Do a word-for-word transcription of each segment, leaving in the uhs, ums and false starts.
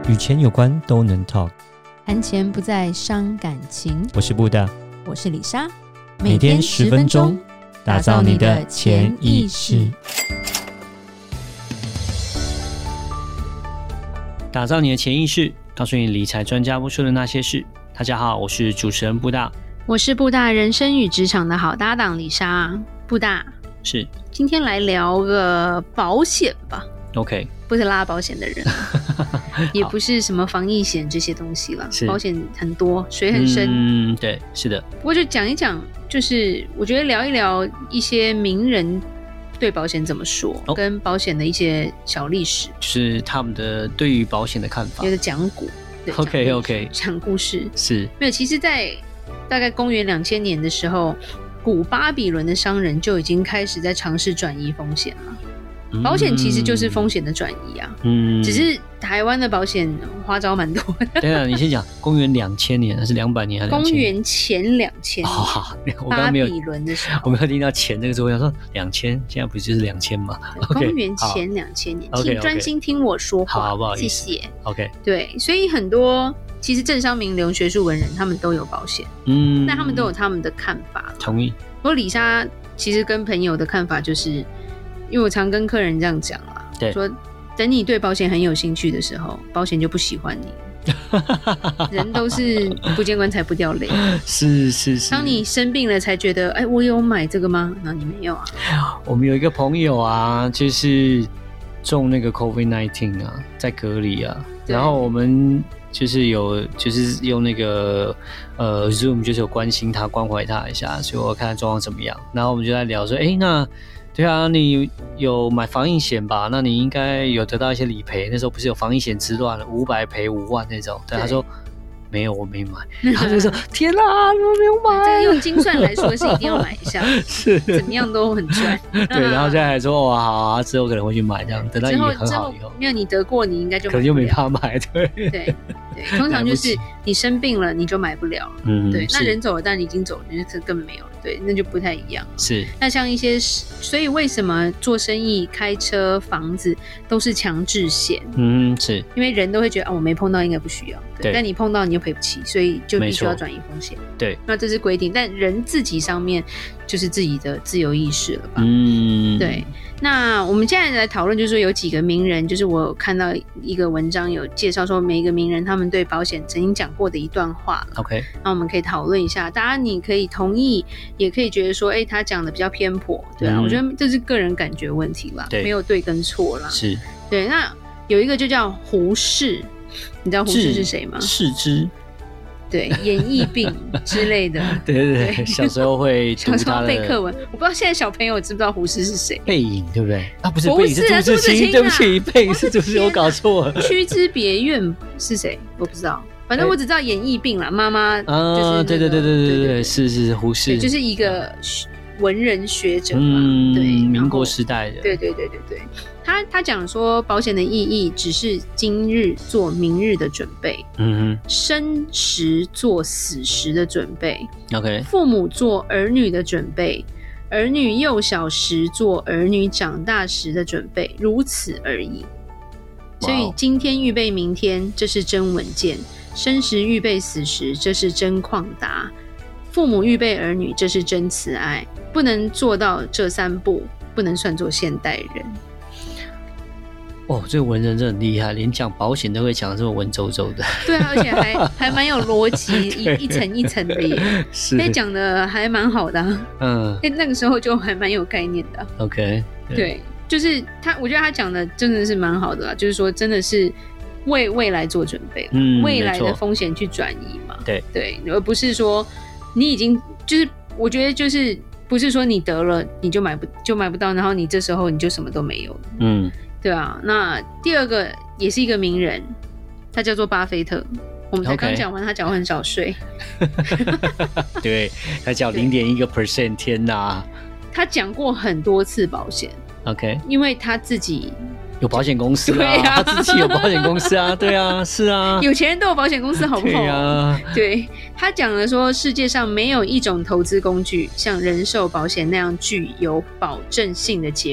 与钱有关都能 talk。 谈钱不再伤感情。 我是布大， 我是李莎， 每天十分钟，打造你的潜意识，打造你的潜意识，告诉你理财专家不说的那些事。大家好，我是主持人布大， 我是布大人生与职场的好搭档李莎。布大， 是今天来聊个保险吧。 OK， 不是拉保险的人也不是什么防疫险这些东西啦，保险很多，水很深。 嗯，对，是的。 不过就讲一讲，就是我觉得聊一聊一些名人对保险怎么说，哦、跟保险的一些小历史， 就是他们的对于保险的看法， 有的讲古。 OK OK， 讲故事是没有。其实，在大概公元两千年的时候，古巴比伦的商人就已经开始在尝试转移风险了。保险其实就是风险的转移啊，嗯，只是台湾的保险花招蛮多的。 对啊，你先讲公元两千年还是两百年还是两千年？ 公元前两千年， 哦，我刚刚没有巴比伦的时候， 我没有听到前这个字，我想说两千，现在不就是两千吗？ 公元前两千年， okay, 请专心听我说话， 好，不好意思， 谢谢。 OK， 对，所以很多其实政商名流、学术文人他们都有保险，嗯，那他们都有他们的看法。 同意。 不过李莎其实跟朋友的看法就是。因为我常跟客人这样讲啦，说等你对保险很有兴趣的时候，保险就不喜欢你。人都是不见棺材不掉泪， 是是是。 当你生病了才觉得，哎，我有买这个吗？那你没有啊。 我们有一个朋友啊，就是中那个 COVID 十九 啊，在隔离啊，然后我们就是有就是用那个呃 Zoom 就是有关心他关怀他一下，所以我看他状况怎么样。然后我们就在聊说，哎，那对啊，你有买防疫险吧？那你应该有得到一些理赔。那时候不是有防疫险之乱了，五百赔五万那种。对，他说没有，我没买。然后就说天哪，你们没有买？ 这个用精算来说是一定要买一下，是怎么样都很赚。 对，然后现在还说哦好啊，之后可能会去买这样，等到疫情很好以后。 没有你得过，你应该就买不了， 可能就没办法买。对对对，通常就是你生病了你就买不了了。嗯，对，那人走了，但你已经走了，就是根本没有了。对，那就不太一样了。 是， 那像一些，所以为什么做生意、开车、房子都是强制险？嗯，是因为人都会觉得啊，我没碰到应该不需要， 对， 对，但你碰到你又赔不起，所以就必须要转移风险。 对， 那这是规定，但人自己上面就是自己的自由意识了吧？嗯，对。那我们现在来讨论，就是说有几个名人，就是我有看到一个文章有介绍说，每一个名人他们对保险曾经讲过的一段话。 OK， 那我们可以讨论一下，当然你可以同意，也可以觉得说，哎、欸，他讲的比较偏颇，对啊、嗯，我觉得这是个人感觉问题啦，没有对跟错啦。 是， 对。那有一个就叫胡适，你知道胡适是谁吗？ 世之。 对，演疫病之类的。 对对 对, 对，小时候会读他的， 小时候背课文。我不知道现在小朋友知不知道胡适是谁？ 背影对不对？啊，不是， 不背影是朱自清，对不起，背影是朱自清，我搞错了。 屈之别院是谁？我不知道，反正我只知道演疫病啦。妈妈就是、那個、 啊，对对对对对对对，是是胡适， 就是一个文人学者嘛， 嗯， 对， 民国时代的， 对对对对对。他他讲说，保险的意义只是今日做明日的准备，嗯哼，生时做死时的准备 ，OK， 父母做儿女的准备，儿女幼小时做儿女长大时的准备，如此而已。所以今天预备明天，这是真稳健；生时预备死时，这是真旷达；父母预备儿女，这是真慈爱。不能做到这三步，不能算作现代人。 哦，这个文人真的很厉害，连讲保险都会讲这么文绉绉的。 对啊，而且还还蛮有逻辑，一一层一层的耶，是，所以讲的还蛮好的、啊。嗯，那个时候就还蛮有概念的、啊。 OK， 对, 对，就是他，我觉得他讲的真的是蛮好的啦，就是说真的是为未来做准备，嗯，未来的风险去转移嘛。对对，而不是说你已经就是，我觉得就是不是说你得了你就买不就买不到，然后你这时候你就什么都没有了。嗯。对啊，那第二个也是一个名人，他叫做巴菲特。我们才刚讲完， okay. 他讲话很少睡。 对，他讲零点一个 percent， 天哪！ 他讲过很多次保险。OK， 因为他自己有保险公司啊，对啊，他自己有保险公司啊，对啊，是啊， 有钱人都有保险公司，好不好？对啊，对，他讲了说，世界上没有一种投资工具像人寿保险那样具有保证性的结果。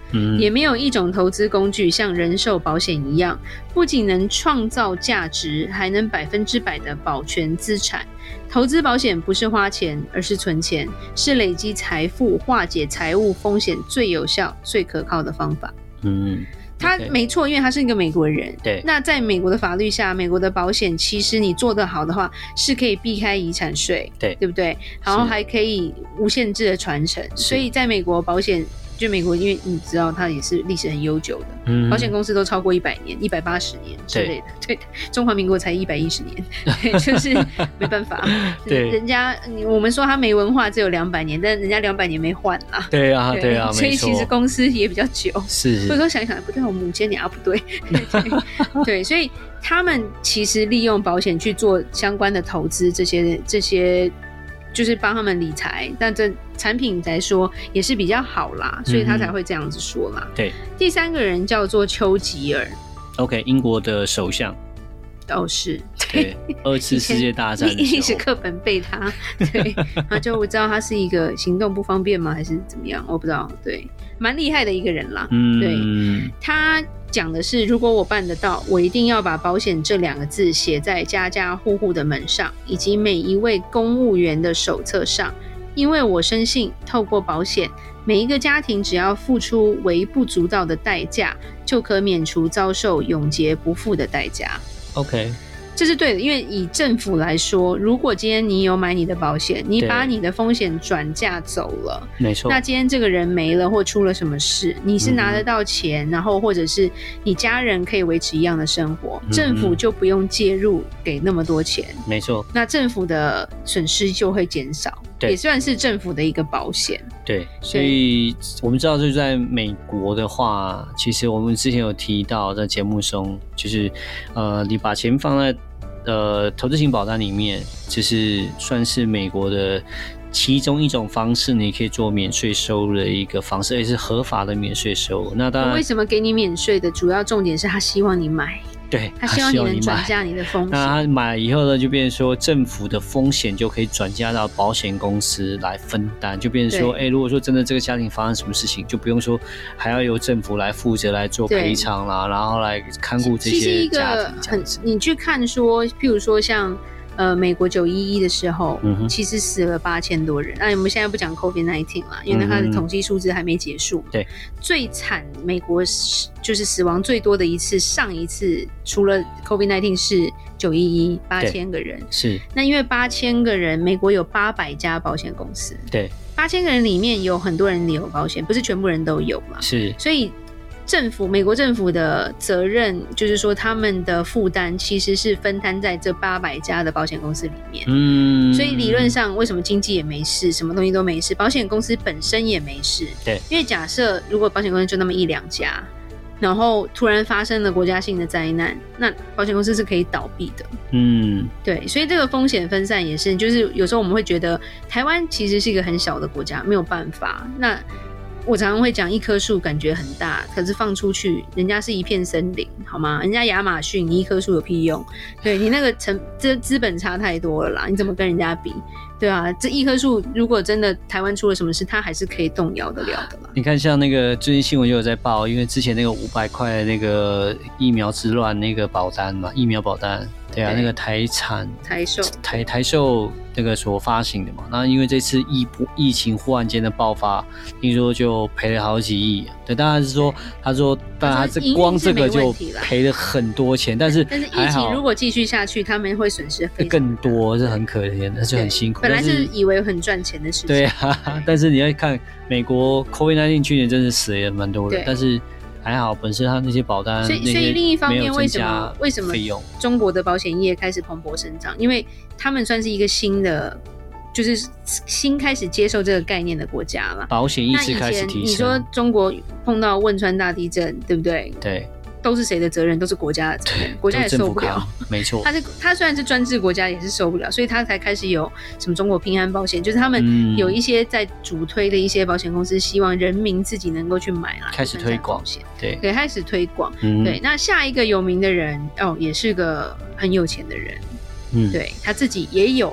嗯，也没有一种投资工具像人寿保险一样，不仅能创造价值，还能百分之百的保全资产。投资保险不是花钱，而是存钱，是累积财富、化解财务风险最有效、最可靠的方法。 嗯， 他没错，因为他是一个美国人。 对， 那在美国的法律下，美国的保险其实你做得好的话，是可以避开遗产税， 对， 对不对？然后还可以无限制的传承，所以在美国保险。就美国，因为你知道它也是历史很悠久的，嗯、保险公司都超过一百年、一百八十年之类的。对，中华民国才一百一十年，对，就是没办法。对，人家我们说他没文化只有两百年，但人家两百年没换啦。 对啊，对, 对啊， 所以其实公司也比较久。 是， 所以说想一想，不对，我们五千年啊，不对，对, 对，所以他们其实利用保险去做相关的投资，这些这些。就是帮他们理财，但这产品来说也是比较好啦，所以他才会这样子说啦。 嗯、对， 第三个人叫做丘吉尔 ，OK， 英国的首相。 哦，是， 对，二次世界大战的时候， 历史课本背他，对，然后就我知道他是一个行动不方便吗，还是怎么样，我不知道，对，蛮厉害的一个人啦。嗯，对，他讲的是，如果我办得到，我一定要把保险这两个字写在家家户户的门上，以及每一位公务员的手册上，因为我深信，透过保险，每一个家庭只要付出微不足道的代价，就可免除遭受永劫不复的代价。 OK， 这是对的，因为以政府来说，如果今天你有买你的保险，你把你的风险转嫁走了， 没错， 那今天这个人没了或出了什么事，你是拿得到钱，嗯、然后或者是你家人可以维持一样的生活，嗯、政府就不用介入给那么多钱， 没错， 那政府的损失就会减少，也算是政府的一个保险。 对，所以我们知道，就是在美国的话，其实我们之前有提到在节目中，就是呃，你把钱放在呃投资型保单里面，就是算是美国的其中一种方式，你可以做免税收入的一个方式，而且是合法的免税收入。那当然， 为什么给你免税的主要重点是他希望你买。 对， 他希望你能转嫁你的风险。 那他买以后呢，就变成说政府的风险就可以转嫁到保险公司来分担，就变成说，哎、欸，如果说真的这个家庭发生什么事情，就不用说还要由政府来负责来做赔偿啦，然后来看顾这些家庭这样子。 你去看说，譬如说像。呃，美国九一一的时候、嗯，其实死了八千多人。那我们现在不讲 COVID 十九 啦，因为它的统计数字还没结束。 对， 最惨，美国就是死亡最多的一次，上一次除了 COVID 十九 是九一一，八千个人。 是。 那因为八千个人，美国有八百家保险公司。 对。 八千个人里面有很多人有保险，不是全部人都有嘛？ 是。 所以。政府美国政府的责任就是说，他们的负担其实是分摊在这八百家的保险公司里面。嗯，所以理论上，为什么经济也没事，什么东西都没事，保险公司本身也没事？ 对， 因为假设如果保险公司就那么一两家，然后突然发生了国家性的灾难，那保险公司是可以倒闭的。嗯，对，所以这个风险分散也是，就是有时候我们会觉得台湾其实是一个很小的国家，没有办法。那我常常会讲一棵树感觉很大，可是放出去人家是一片森林，好吗？人家亚马逊你一棵树有屁用？对，你那个成这资本差太多了啦，你怎么跟人家比？对啊，这一棵树如果真的台湾出了什么事，它还是可以动摇得了的啦。 你看像那个最近新闻就有在报，因为之前那个五百块的那个疫苗之乱那个保单嘛，疫苗保单，对啊，对那个台产台寿台台寿那个所发行的嘛，那因为这次疫疫情忽然间的爆发，听说就赔了好几亿。对，当然是说他说，但他这光这个就赔了很多钱，但是但是疫情如果继续下去，他们会损失非常更多，是很可怜的，就很辛苦。 本来是以为很赚钱的事情， 对啊，但是你要看美国 COVID 十九 去年真的死了也蛮多人，但是还好本身他那些保单， 所以所以另一方面为什么为什么中国的保险业开始蓬勃生长？因为他们算是一个新的。就是新开始接受这个概念的国家了， 保险意识开始提升。 你说中国碰到汶川大地震，对不对？ 对， 都是谁的责任？都是国家的责任，国家也受不了。 没错， 他是他虽然是专制国家，也是受不了，所以他才开始有什么中国平安保险，就是他们有一些在主推的一些保险公司，希望人民自己能够去买啦， 开始推广。对， 对，开始推广。嗯、对，那下一个有名的人哦，也是个很有钱的人。嗯，对他自己也有。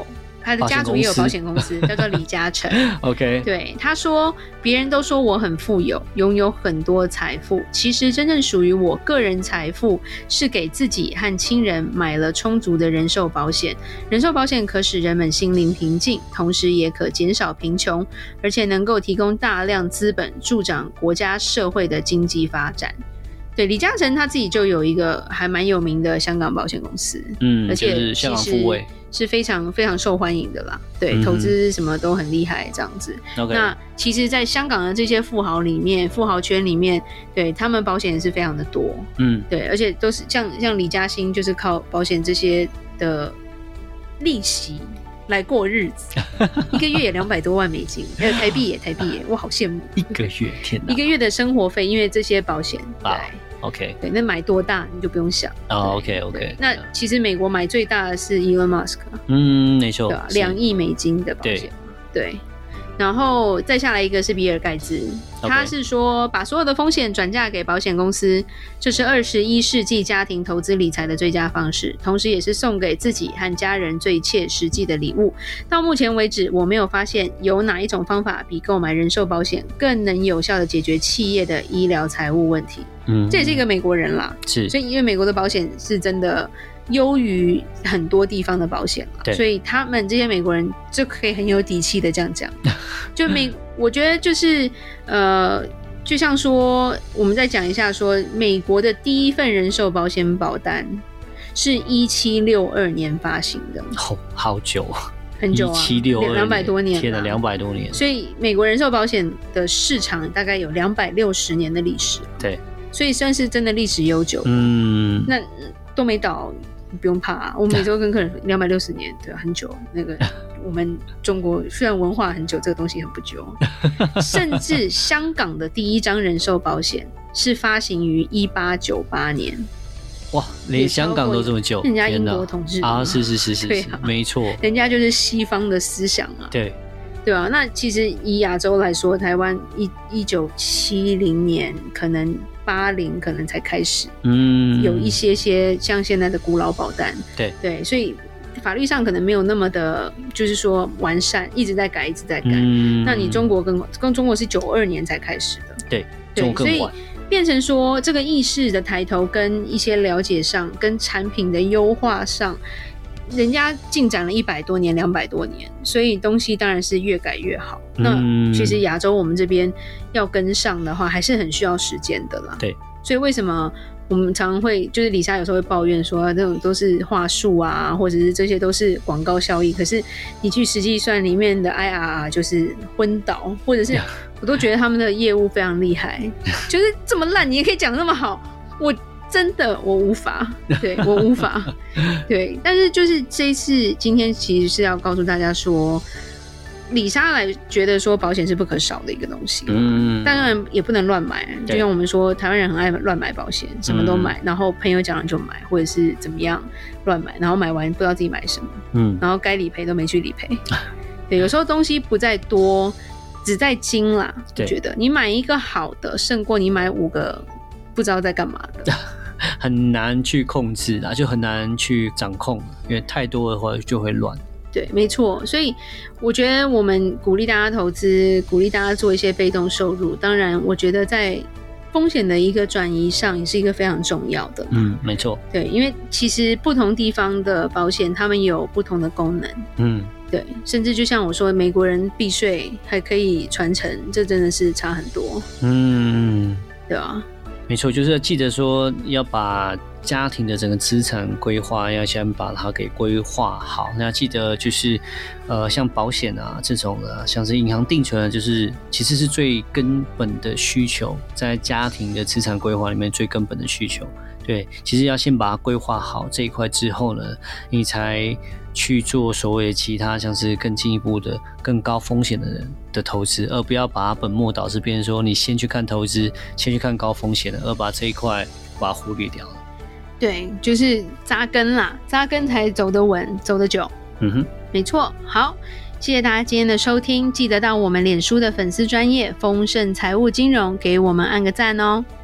他的家族也有保险公司，叫做李嘉诚。 OK， 对，他说别人都说我很富有，拥有很多财富，其实真正属于我个人财富是给自己和亲人买了充足的人寿保险。人寿保险可使人们心灵平静，同时也可减少贫穷，而且能够提供大量资本，助长国家社会的经济发展。对，李嘉诚他自己就有一个还蛮有名的香港保险公司， 嗯， 而且就是香港富卫是非常非常受欢迎的啦。对，嗯、投资什么都很厉害这样子。 Okay. 那其实，在香港的这些富豪里面，富豪圈里面，对他们保险也是非常的多，嗯，对，而且都是像像李嘉欣，就是靠保险这些的利息来过日子，一个月也两百多万美金，还有台币也台币也，我好羡慕。 一个月，天哪！ 一个月的生活费，因为这些保险，对。 Wow. OK， 对，那买多大你就不用想。 哦、oh, ，OK OK。 那其实美国买最大的是 Elon Musk， 嗯，没错， 对吧？两亿美金的保险，对。对，然后再下来一个是比尔盖茨， okay. 他是说把所有的风险转嫁给保险公司，这是二十一世纪家庭投资理财的最佳方式，同时也是送给自己和家人最切实际的礼物。到目前为止，我没有发现有哪一种方法比购买人寿保险更能有效的解决企业的医疗财务问题。嗯，这也是一个美国人啦， 是， 所以因为美国的保险是真的优于很多地方的保险啦，所以他们这些美国人就可以很有底气的这样讲。就美，我觉得就是呃，就像说，我们再讲一下说，美国的第一份人寿保险保单是一七六二年发行的， 好好久， 很久啊， 一七六二两百多年， 天哪，两百多年。 所以美国人寿保险的市场大概有两百六十年的历史， 对， 所以算是真的历史悠久。 嗯， 那都没倒。不用怕、啊，我每周跟客人两百六十年，对、啊，很久。那个我们中国虽然文化很久，这个东西很不久。甚至香港的第一张人寿保险是发行于一八九八年。 哇，连香港都这么久， 人家英国统治啊，是是是是，对、啊，没错， 人家就是西方的思想啊， 对。 对啊，那其实以亚洲来说，台湾一一九七零年可能八零可能才开始，嗯，有一些些像现在的古老保单， 对对，所以法律上可能没有那么的，就是说完善，一直在改，一直在改。嗯、那你中国跟跟中国是九二年才开始的， 对，中国更晚，所以变成说这个意识的抬头，跟一些了解上，跟产品的优化上。人家进展了一百多年、两百多年，所以东西当然是越改越好。嗯、那其实亚洲我们这边要跟上的话，还是很需要时间的啦。 对， 所以为什么我们常常会就是李莎有时候会抱怨说，这种都是话术啊，或者是这些都是广告效益，可是你去实际算里面的 I R R 就是昏倒，或者是我都觉得他们的业务非常厉害，就是这么烂你也可以讲那么好，我。真的我无法，对我无法，对，但是就是这一次今天其实是要告诉大家说，李莎来觉得说保险是不可少的一个东西，嗯，当然也不能乱买，就像我们说台湾人很爱乱买保险，什么都买，嗯、然后朋友讲了就买，或者是怎么样乱买，然后买完不知道自己买什么，嗯，然后该理赔都没去理赔，对，有时候东西不在多，只在精啦，我觉得你买一个好的胜过你买五个不知道在干嘛的。 很难去控制啊，就很难去掌控，因为太多的话就会乱。 对，没错。所以我觉得我们鼓励大家投资，鼓励大家做一些被动收入。当然，我觉得在风险的一个转移上也是一个非常重要的。 嗯，没错。 对，因为其实不同地方的保险，他们有不同的功能。嗯，对，甚至就像我说，美国人避税还可以传承，这真的是差很多。嗯，对啊。 没错，就是记得说要把家庭的整个资产规划，要先把它给规划好。那记得就是，呃，像保险啊这种的，像是银行定存，就是其实是最根本的需求，在家庭的资产规划里面最根本的需求。对，其实要先把它规划好这一块之后呢，你才去做所谓的其他像是更进一步的更高风险的人的投资，而不要把它本末倒置，变成说你先去看投资，先去看高风险的，而把这一块把它忽略掉了。 对，就是扎根啦，扎根才走得稳，走得久。嗯哼，没错。好，谢谢大家今天的收听，记得到我们脸书的粉丝专页丰盛财务金融给我们按个赞哦。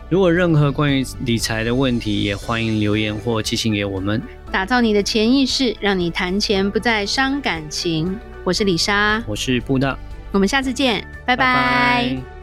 如果任何关于理财的问题，也欢迎留言或寄信给我们。 打造你的潜意识，让你谈钱不再伤感情。我是李莎， 我是布大， 我们下次见，拜拜。拜拜。